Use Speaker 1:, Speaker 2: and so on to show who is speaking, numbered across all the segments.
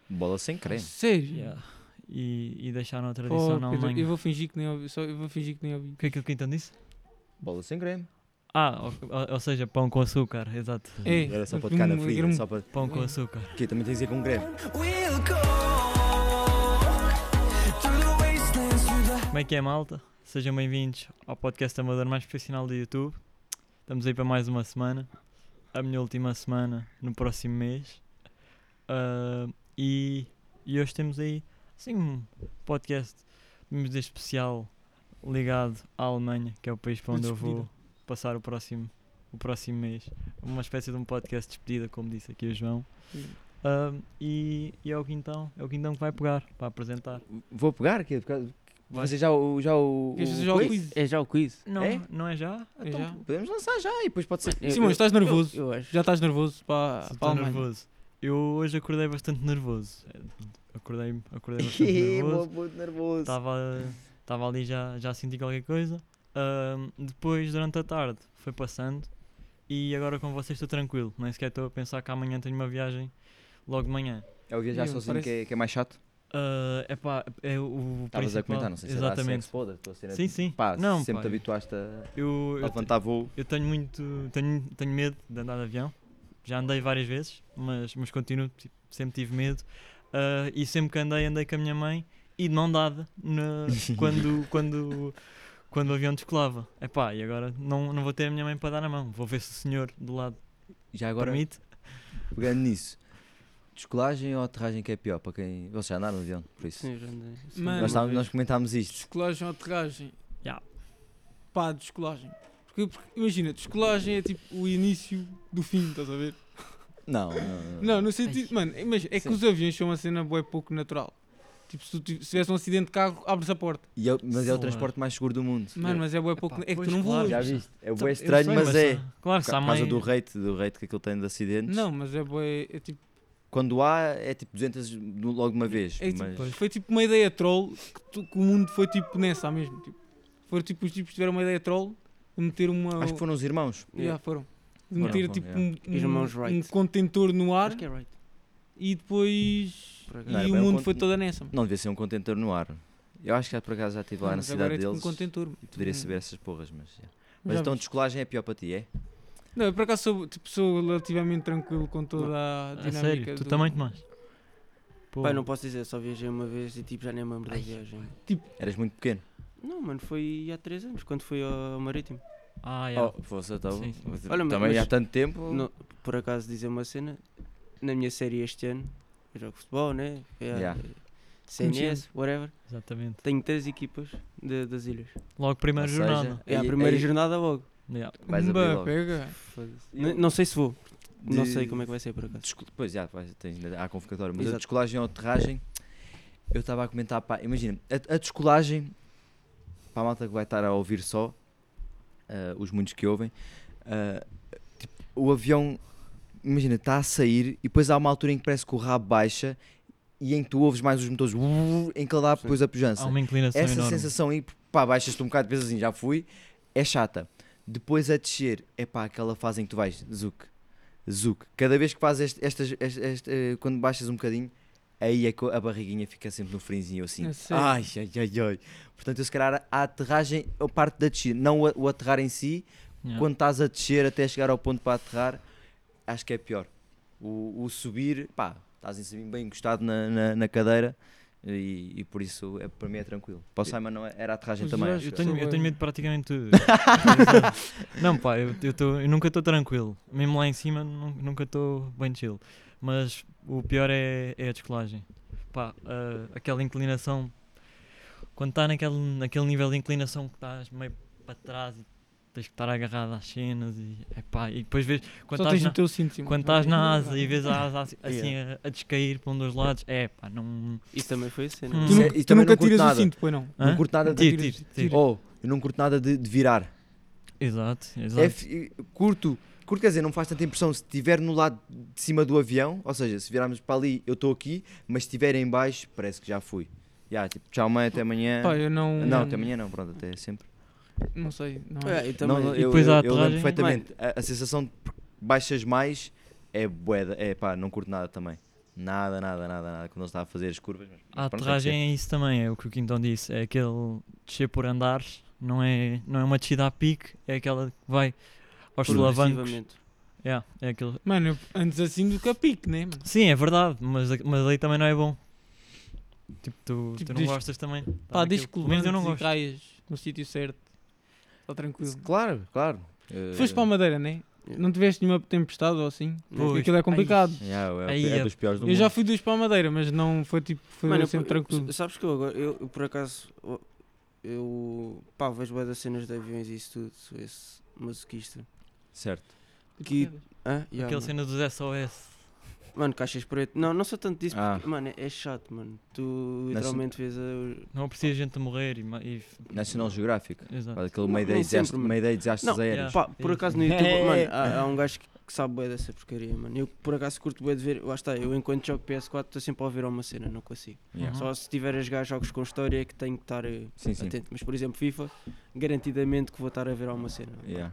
Speaker 1: Bola sem creme.
Speaker 2: Sério?
Speaker 3: Yeah. E deixaram a tradição na Alemanha.
Speaker 2: Eu vou fingir que nem ouvi. Eu vou fingir que nem ouvi.
Speaker 3: O que é que o Quintão disse?
Speaker 1: Bola sem creme.
Speaker 3: Ou seja, pão com açúcar, exato.
Speaker 2: É,
Speaker 1: Era só para tocar na ferida, só para...
Speaker 3: Pão com açúcar.
Speaker 1: Aqui também tem que dizer com creme.
Speaker 3: Como é que é, malta? Sejam bem-vindos ao podcast amador mais profissional do YouTube. Estamos aí para mais uma semana. A minha última semana no próximo mês. E hoje temos aí assim, um podcast, vamos dizer, especial ligado à Alemanha, que é o país para onde eu vou passar o próximo mês. Uma espécie de um podcast de despedida, como disse aqui o João. E é o Quintão que vai pegar para apresentar.
Speaker 1: Vou pegar aqui. Fazer já o
Speaker 2: quiz?
Speaker 4: É já o quiz?
Speaker 3: Não
Speaker 1: É?
Speaker 3: Não é já?
Speaker 2: É
Speaker 1: Então,
Speaker 2: já?
Speaker 1: podemos lançar já e depois pode ser.
Speaker 2: Simões, estás nervoso?
Speaker 4: Eu acho.
Speaker 2: Já estás nervoso para a
Speaker 3: Estou
Speaker 2: Alemanha?
Speaker 3: nervoso. Eu hoje acordei bastante nervoso. Acordei bastante nervoso.
Speaker 1: Muito nervoso.
Speaker 3: Estava ali já senti qualquer coisa. Depois, durante a tarde, foi passando. E agora com vocês estou tranquilo. Nem sequer estou a pensar que amanhã tenho uma viagem logo de manhã.
Speaker 1: É o viajar sozinho que é mais chato?
Speaker 3: É o
Speaker 1: Estavas a
Speaker 3: principal.
Speaker 1: comentar, não sei se
Speaker 3: exatamente.
Speaker 1: era Expoda, tua cena.
Speaker 3: Sim.
Speaker 1: Pá,
Speaker 3: Não,
Speaker 1: sempre
Speaker 3: pá,
Speaker 1: te habituaste a
Speaker 3: Eu
Speaker 1: levantar voo.
Speaker 3: Eu tenho medo de andar de avião. Já andei várias vezes, mas continuo, sempre tive medo. E sempre que andei com a minha mãe e de mão dada quando o avião descolava. E agora não vou ter a minha mãe para dar a mão. Vou ver se o senhor do lado
Speaker 1: Já agora,
Speaker 3: permite.
Speaker 1: pegando nisso, descolagem ou aterragem que é pior para quem... Vocês já andaram no avião, por isso.
Speaker 4: Sim, já andei. Sim.
Speaker 2: Mano,
Speaker 1: Nós comentámos isto.
Speaker 2: Descolagem ou aterragem?
Speaker 3: Yeah.
Speaker 2: Pá, descolagem. Porque imagina, descolagem é tipo o início do fim, estás a ver? Não, no sentido... Mano, imagina, é que
Speaker 1: Sim.
Speaker 2: os aviões são uma cena bué pouco natural. Tipo, se tivesse um acidente de carro, abres a porta.
Speaker 1: Mas é o
Speaker 3: Sim,
Speaker 1: transporte mais seguro do mundo.
Speaker 2: Mano, mas é bué pouco... É que
Speaker 3: pois,
Speaker 2: tu não
Speaker 3: claro.
Speaker 2: voas.
Speaker 1: Já viste? É
Speaker 3: Eu
Speaker 1: bué estranho,
Speaker 3: sei,
Speaker 1: mas é.
Speaker 3: Claro,
Speaker 1: Por causa
Speaker 3: mãe...
Speaker 1: do rate que aquilo tem de acidentes.
Speaker 2: Não, mas é bué... É tipo...
Speaker 1: Quando há, é tipo 200 logo de uma vez.
Speaker 2: É tipo,
Speaker 1: mas...
Speaker 2: foi tipo uma ideia troll que o mundo foi tipo nessa mesmo. Tipo, foram tipo os tipos que tiveram uma ideia troll de meter uma.
Speaker 1: Acho que foram os irmãos.
Speaker 2: Yeah, foram. De
Speaker 1: Foram,
Speaker 2: meter
Speaker 1: foram,
Speaker 2: tipo
Speaker 1: yeah.
Speaker 4: Os irmãos
Speaker 2: um
Speaker 4: Wright.
Speaker 2: contentor no ar
Speaker 4: Acho que é right.
Speaker 2: e depois.
Speaker 4: Por acaso.
Speaker 1: Não, era
Speaker 2: E o
Speaker 1: bem um
Speaker 2: mundo foi toda nessa.
Speaker 1: Não devia ser um contentor no ar. Eu acho que por acaso já estive lá na
Speaker 2: Mas agora
Speaker 1: cidade
Speaker 2: é tipo
Speaker 1: deles.
Speaker 2: um contentor.
Speaker 1: E poderia saber essas porras, mas. Yeah.
Speaker 2: Já
Speaker 1: Mas então
Speaker 2: viste?
Speaker 1: descolagem é pior para ti, é?
Speaker 2: Não, eu por acaso sou relativamente tranquilo com toda a
Speaker 3: A
Speaker 2: dinâmica.
Speaker 3: sério, tu também, Tomás? Pô,
Speaker 4: Pai, não posso dizer, só viajei uma vez e tipo já nem me lembro da viagem.
Speaker 1: Eras muito pequeno.
Speaker 4: Não, mano, foi há 3 anos, quando fui ao Marítimo.
Speaker 3: yeah.
Speaker 1: Oh, fosse então.
Speaker 3: Sim.
Speaker 4: Olha,
Speaker 1: Também
Speaker 4: mas-
Speaker 1: há tanto tempo.
Speaker 4: Não, por acaso dizer uma cena, na minha série este ano, eu jogo futebol, né?
Speaker 1: Yeah.
Speaker 4: CNS, whatever.
Speaker 3: Exatamente.
Speaker 4: Tenho 3 equipas das ilhas.
Speaker 3: Logo primeira
Speaker 1: Ou seja,
Speaker 3: jornada.
Speaker 4: É a
Speaker 1: Aí-
Speaker 4: primeira
Speaker 1: aí-
Speaker 4: jornada logo.
Speaker 3: Yeah.
Speaker 1: Vais abrir
Speaker 2: Pumba,
Speaker 1: logo.
Speaker 2: pega.
Speaker 4: Não sei se vou. Não
Speaker 1: De-
Speaker 4: sei como é que vai ser por acaso.
Speaker 1: Pois já, há a convocatória. Mas a
Speaker 4: Exato.
Speaker 1: descolagem ou aterragem, eu estava a comentar, pá, imagina, a descolagem, para a malta que vai estar a ouvir só, os muitos que ouvem, tipo, o avião, imagina, está a sair e depois há uma altura em que parece que o rabo baixa e em que tu ouves mais os motores, em que ele dá depois a pujança.
Speaker 3: Há uma inclinação
Speaker 1: Essa
Speaker 3: enorme.
Speaker 1: sensação aí, pá, baixas-te um bocado, depois assim, já fui, é chata. Depois a descer, é pá, aquela fase em que tu vais, zuc. Cada vez que fazes quando baixas um bocadinho, aí é que a barriguinha fica sempre no frinzinho assim.
Speaker 2: É sério?
Speaker 1: Ai. Portanto, eu se calhar a aterragem, a parte da descida, não o aterrar em si,
Speaker 3: Yeah.
Speaker 1: quando estás a descer até chegar ao ponto para aterrar, acho que é pior. O subir, pá, estás assim bem encostado na cadeira e por isso para mim é tranquilo. Para o Simon não era a aterragem
Speaker 2: Mas
Speaker 1: também.
Speaker 2: eu
Speaker 1: acho
Speaker 2: acho
Speaker 1: que-
Speaker 2: que
Speaker 3: Eu tenho medo de praticamente tudo. Não, pá, eu nunca estou tranquilo. Mesmo lá em cima, nunca estou bem chill. Mas o pior é a descolagem. Pá, aquela inclinação. Quando está naquele nível de inclinação que estás meio para trás e tens que estar agarrado às cenas e depois vês quando
Speaker 2: Só
Speaker 3: estás
Speaker 2: tens
Speaker 3: na,
Speaker 2: no teu cinto. Simão.
Speaker 3: quando estás na asa e vês a asa assim a descair para um dos lados, não.
Speaker 4: Isso também foi a cena.
Speaker 3: Hum.
Speaker 1: Isso é-
Speaker 2: Tu
Speaker 1: também
Speaker 2: nunca
Speaker 1: não curto
Speaker 2: tiras o
Speaker 1: nada.
Speaker 2: cinto, pois não?
Speaker 1: Não
Speaker 3: Hã?
Speaker 1: curto nada
Speaker 3: Tiro.
Speaker 1: eu não curto nada de virar.
Speaker 3: Exato.
Speaker 1: Curto, quer dizer, não faz tanta impressão se estiver no lado de cima do avião, ou seja, se virarmos para ali eu estou aqui, mas se estiver em baixo parece que já fui. Tipo, tchau mãe, até amanhã.
Speaker 2: Pá, eu não.
Speaker 1: Não, até amanhã não, pronto, até sempre.
Speaker 2: Não sei. Não.
Speaker 4: Eu também.
Speaker 1: Não,
Speaker 3: E depois a
Speaker 1: eu
Speaker 3: aterragem-
Speaker 1: lembro perfeitamente, a sensação de baixas mais é bué, não curto nada também. Nada. Quando ele estava a fazer as curvas.
Speaker 3: A
Speaker 1: pronto,
Speaker 3: aterragem
Speaker 1: tem
Speaker 3: é isso também, é o que o Quintão disse. É aquele descer por andares, não é uma descida a pique, é aquela que vai aos solavancos.
Speaker 4: Progressivamente.
Speaker 3: Yeah, é aquele...
Speaker 2: Mano, antes assim do que a pique, né, mano?
Speaker 3: Sim, é verdade, mas aí também não é bom. Tipo, tu não
Speaker 2: diz-
Speaker 3: gostas também.
Speaker 2: Pá,
Speaker 3: Tá
Speaker 2: diz
Speaker 3: naquilo.
Speaker 2: que
Speaker 3: Pelo menos eu não
Speaker 2: levantes e
Speaker 3: gosto.
Speaker 2: caias no sítio certo. Está tranquilo.
Speaker 1: que ser. Claro.
Speaker 2: Foste para a Madeira, né? Não tiveste nenhuma tempestade ou assim?
Speaker 3: Pois.
Speaker 2: Aquilo é complicado.
Speaker 1: É dos piores do
Speaker 2: Eu
Speaker 1: mundo.
Speaker 2: já fui 2 para a Madeira, mas não foi tipo, foi
Speaker 4: Mano,
Speaker 2: sempre tranquilo.
Speaker 4: sabes que eu por acaso, eu pá, vejo bué das cenas de aviões e isso tudo, sou esse masoquista.
Speaker 1: Certo.
Speaker 4: Que, yeah,
Speaker 3: Aquela
Speaker 4: mano.
Speaker 3: cena dos SOS.
Speaker 4: Mano, caixas preto. Não sou tanto disso,
Speaker 1: Ah.
Speaker 4: porque, mano, é chato, mano. Tu literalmente vês a...
Speaker 3: Não aprecia gente a morrer e
Speaker 1: National Geographic.
Speaker 3: exato.
Speaker 1: Aquele
Speaker 4: Não,
Speaker 1: meio
Speaker 4: não sempre, mano.
Speaker 1: de desastres
Speaker 4: Não,
Speaker 1: aéreos.
Speaker 4: Pá, por
Speaker 3: É
Speaker 4: acaso no
Speaker 3: isso.
Speaker 4: YouTube,
Speaker 1: É.
Speaker 4: mano, há um gajo que sabe bué dessa porcaria, mano. Eu por acaso curto bué de ver, lá está, eu enquanto jogo PS4 estou sempre a ouvir uma cena, não consigo.
Speaker 1: Yeah.
Speaker 3: Uhum.
Speaker 4: Só se estiver a jogar jogos com história é que tenho que estar
Speaker 1: Sim.
Speaker 4: atento. Mas por exemplo, FIFA, garantidamente que vou estar a ver uma cena.
Speaker 1: Yeah.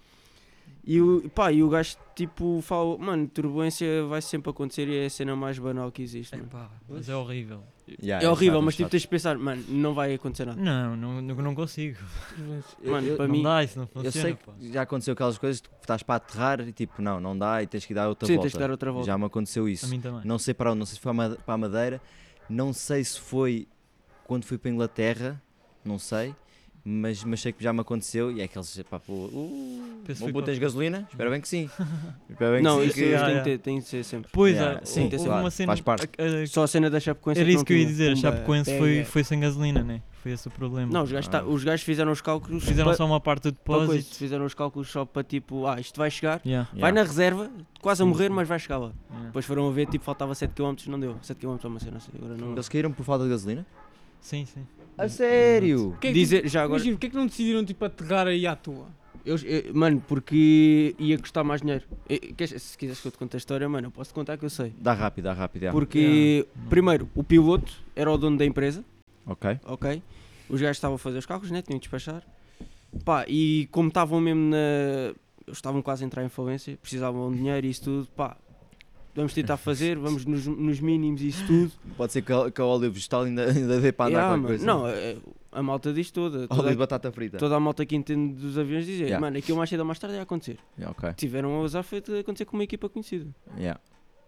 Speaker 4: E o gajo tipo fala, mano, turbulência vai sempre acontecer e é a cena mais banal que existe, mano.
Speaker 3: Epá, mas é horrível.
Speaker 1: Yeah,
Speaker 4: É horrível,
Speaker 1: chato,
Speaker 4: mas tipo
Speaker 1: chato.
Speaker 4: tens de pensar, mano, não vai acontecer nada.
Speaker 3: Não consigo.
Speaker 4: Mano,
Speaker 1: Eu-
Speaker 4: para
Speaker 3: Não
Speaker 4: mim,
Speaker 3: dá, isso não
Speaker 1: Eu
Speaker 3: funciona.
Speaker 1: sei
Speaker 3: pá.
Speaker 1: que já aconteceu aquelas coisas que estás para aterrar e tipo, não dá e tens que dar outra
Speaker 4: sim,
Speaker 1: volta.
Speaker 4: tens de dar outra volta.
Speaker 1: Já me aconteceu
Speaker 3: A
Speaker 1: isso.
Speaker 3: mim também.
Speaker 1: Não sei para onde, não sei se foi para a Madeira, não sei se foi quando fui para a Inglaterra, não sei, mas sei que já me aconteceu e é aqueles, pá, pô,
Speaker 3: Penso
Speaker 1: bom,
Speaker 3: que
Speaker 1: pô,
Speaker 3: foi
Speaker 1: tens gasolina? Espero bem que sim. Espero bem
Speaker 4: Não,
Speaker 1: que
Speaker 4: isso
Speaker 1: sim. que-
Speaker 4: tem de ser sempre.
Speaker 3: Pois,
Speaker 1: Yeah,
Speaker 3: é,
Speaker 1: sim,
Speaker 3: houve
Speaker 1: claro,
Speaker 3: uma cena.
Speaker 1: faz parte.
Speaker 4: Só a cena da Chapecoense
Speaker 3: Era
Speaker 4: é
Speaker 3: isso
Speaker 4: não
Speaker 3: que eu ia
Speaker 4: tinha.
Speaker 3: dizer, a
Speaker 4: Pumba,
Speaker 3: Chapecoense
Speaker 4: pega.
Speaker 3: foi sem gasolina, né? Foi esse o problema.
Speaker 4: Não, os gajos fizeram os cálculos.
Speaker 3: Fizeram
Speaker 4: para-
Speaker 3: só uma parte do
Speaker 4: para coisa,
Speaker 3: depósito.
Speaker 4: fizeram os cálculos só para tipo, isto vai chegar,
Speaker 3: Yeah.
Speaker 4: vai na reserva, quase a
Speaker 3: Sim,
Speaker 4: morrer,
Speaker 3: sim.
Speaker 4: mas vai chegar lá.
Speaker 3: Yeah.
Speaker 4: Depois foram a ver, tipo, faltava 7 km, não deu. 7 km é uma cena assim, agora não.
Speaker 1: Eles caíram por falta de gasolina?
Speaker 3: Sim, sim.
Speaker 1: A sério?
Speaker 2: Que é que-
Speaker 4: Dizer, já agora.
Speaker 2: Imagina, porque é que não decidiram tipo aterrar aí à toa?
Speaker 4: Mano, porque ia custar mais dinheiro. Se quiseres que eu te conte a história, mano, eu posso te contar que eu sei.
Speaker 1: Dá rápido, já.
Speaker 4: Porque,
Speaker 3: Yeah.
Speaker 4: primeiro, o piloto era o dono da empresa,
Speaker 1: Ok.
Speaker 4: ok? Os gajos estavam a fazer os cálculos, né? Tinham de despachar. Pá, e como estavam mesmo na. Eles estavam quase a entrar em falência, precisavam de dinheiro e isso tudo, pá. Vamos tentar fazer, vamos nos mínimos e isso tudo.
Speaker 1: Pode ser que a óleo vegetal ainda dê para andar
Speaker 4: Yeah,
Speaker 1: com a
Speaker 4: mano,
Speaker 1: coisa.
Speaker 4: não, a malta diz toda.
Speaker 1: Óleo de batata frita.
Speaker 4: Toda a malta que entende dos aviões dizer,
Speaker 1: Yeah.
Speaker 4: mano, aquilo mais cedo ou mais tarde ia acontecer.
Speaker 1: Yeah, ok.
Speaker 4: Tiveram a usar foi de acontecer com uma equipa conhecida.
Speaker 1: Yeah.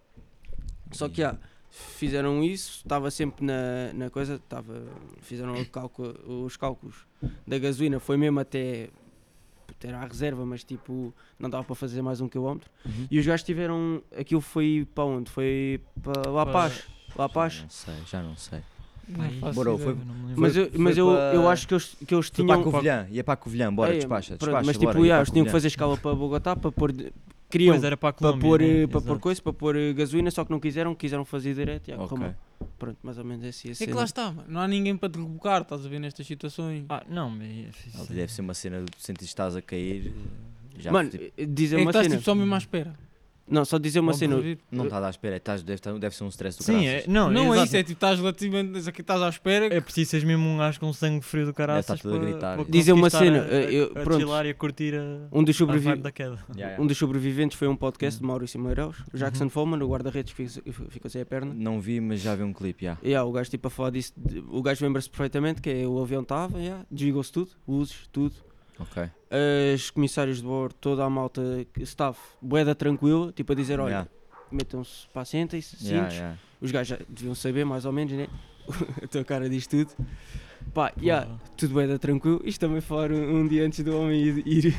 Speaker 4: Só que fizeram isso, estava sempre na coisa, fizeram os cálculos da gasolina, foi mesmo até à reserva, mas tipo, não dava para fazer mais 1 km.
Speaker 1: Uhum.
Speaker 4: E os gajos tiveram, aquilo foi para onde? Foi para La Paz. La Paz.
Speaker 1: Já não sei.
Speaker 2: Não faço
Speaker 1: Bro,
Speaker 2: ideia.
Speaker 1: foi-
Speaker 3: Eu não me lembro.
Speaker 4: Mas
Speaker 1: para-
Speaker 4: eu acho que eles
Speaker 1: Foi para a
Speaker 4: tinham...
Speaker 1: Covilhã, ia para a Covilhã, bora,
Speaker 4: Ei,
Speaker 1: despacha,
Speaker 4: pronto,
Speaker 1: despacha,
Speaker 4: mas tipo,
Speaker 1: bora, ia para a
Speaker 4: eles tinham que
Speaker 1: Covilhã.
Speaker 4: fazer escala para Bogotá, para pôr... Queriam
Speaker 3: Pois era para a
Speaker 4: para
Speaker 3: Colômbia,
Speaker 4: pôr,
Speaker 3: né?
Speaker 4: para pôr
Speaker 3: Exato.
Speaker 4: coisa, para pôr gasolina, só que não quiseram fazer direto e
Speaker 1: Ok.
Speaker 4: correu mal. Pronto, mais ou menos assim.
Speaker 2: É que lá está, mano. Não há ninguém para te rebocar, estás a ver nestas situações.
Speaker 3: Ah, não, mas isso
Speaker 1: Ali deve ser uma cena de sentir que estás a cair. Já,
Speaker 4: Mano,
Speaker 1: tipo,
Speaker 4: dizer
Speaker 2: É que
Speaker 4: uma
Speaker 2: estás
Speaker 4: cena.
Speaker 2: tipo só mesmo à espera.
Speaker 4: Não, só dizer uma
Speaker 2: Pode
Speaker 4: cena.
Speaker 2: vir.
Speaker 1: não estás à espera, deve ser um stress do
Speaker 3: Sim,
Speaker 1: caraças.
Speaker 2: Não é
Speaker 3: exato.
Speaker 2: isso, é tipo, estás relativamente aqui, estás à espera.
Speaker 3: É preciso seres mesmo um gajo com sangue frio do caraças
Speaker 1: Deve estar tudo a gritar.
Speaker 3: para
Speaker 4: Dizer uma
Speaker 3: conseguir estar
Speaker 4: cena, eu-
Speaker 3: a
Speaker 4: pronto.
Speaker 3: chilar e a curtir a
Speaker 4: Um dos,
Speaker 3: vibe da queda.
Speaker 1: Yeah.
Speaker 4: um dos sobreviventes foi um podcast de Maurício Meireles. O Jackson Foreman, o guarda-redes, ficou sem a perna.
Speaker 1: Não vi, mas já vi um clipe, já.
Speaker 4: O gajo tipo a falar disso, o gajo lembra-se perfeitamente que o avião estava, desligou-se tudo, luzes, tudo.
Speaker 1: Ok.
Speaker 4: Os comissários de bordo, toda a malta, staff, boeda tranquila, tipo a dizer, olha,
Speaker 1: Yeah.
Speaker 4: metam-se, pá, sentem-se,
Speaker 1: Yeah,
Speaker 4: cintos.
Speaker 1: yeah.
Speaker 4: Os gajos já deviam saber, mais ou menos, né? A tua cara diz tudo. Pá,
Speaker 3: Porra.
Speaker 4: tudo bem, da tranquilo. Isto também falar um dia antes do homem ir.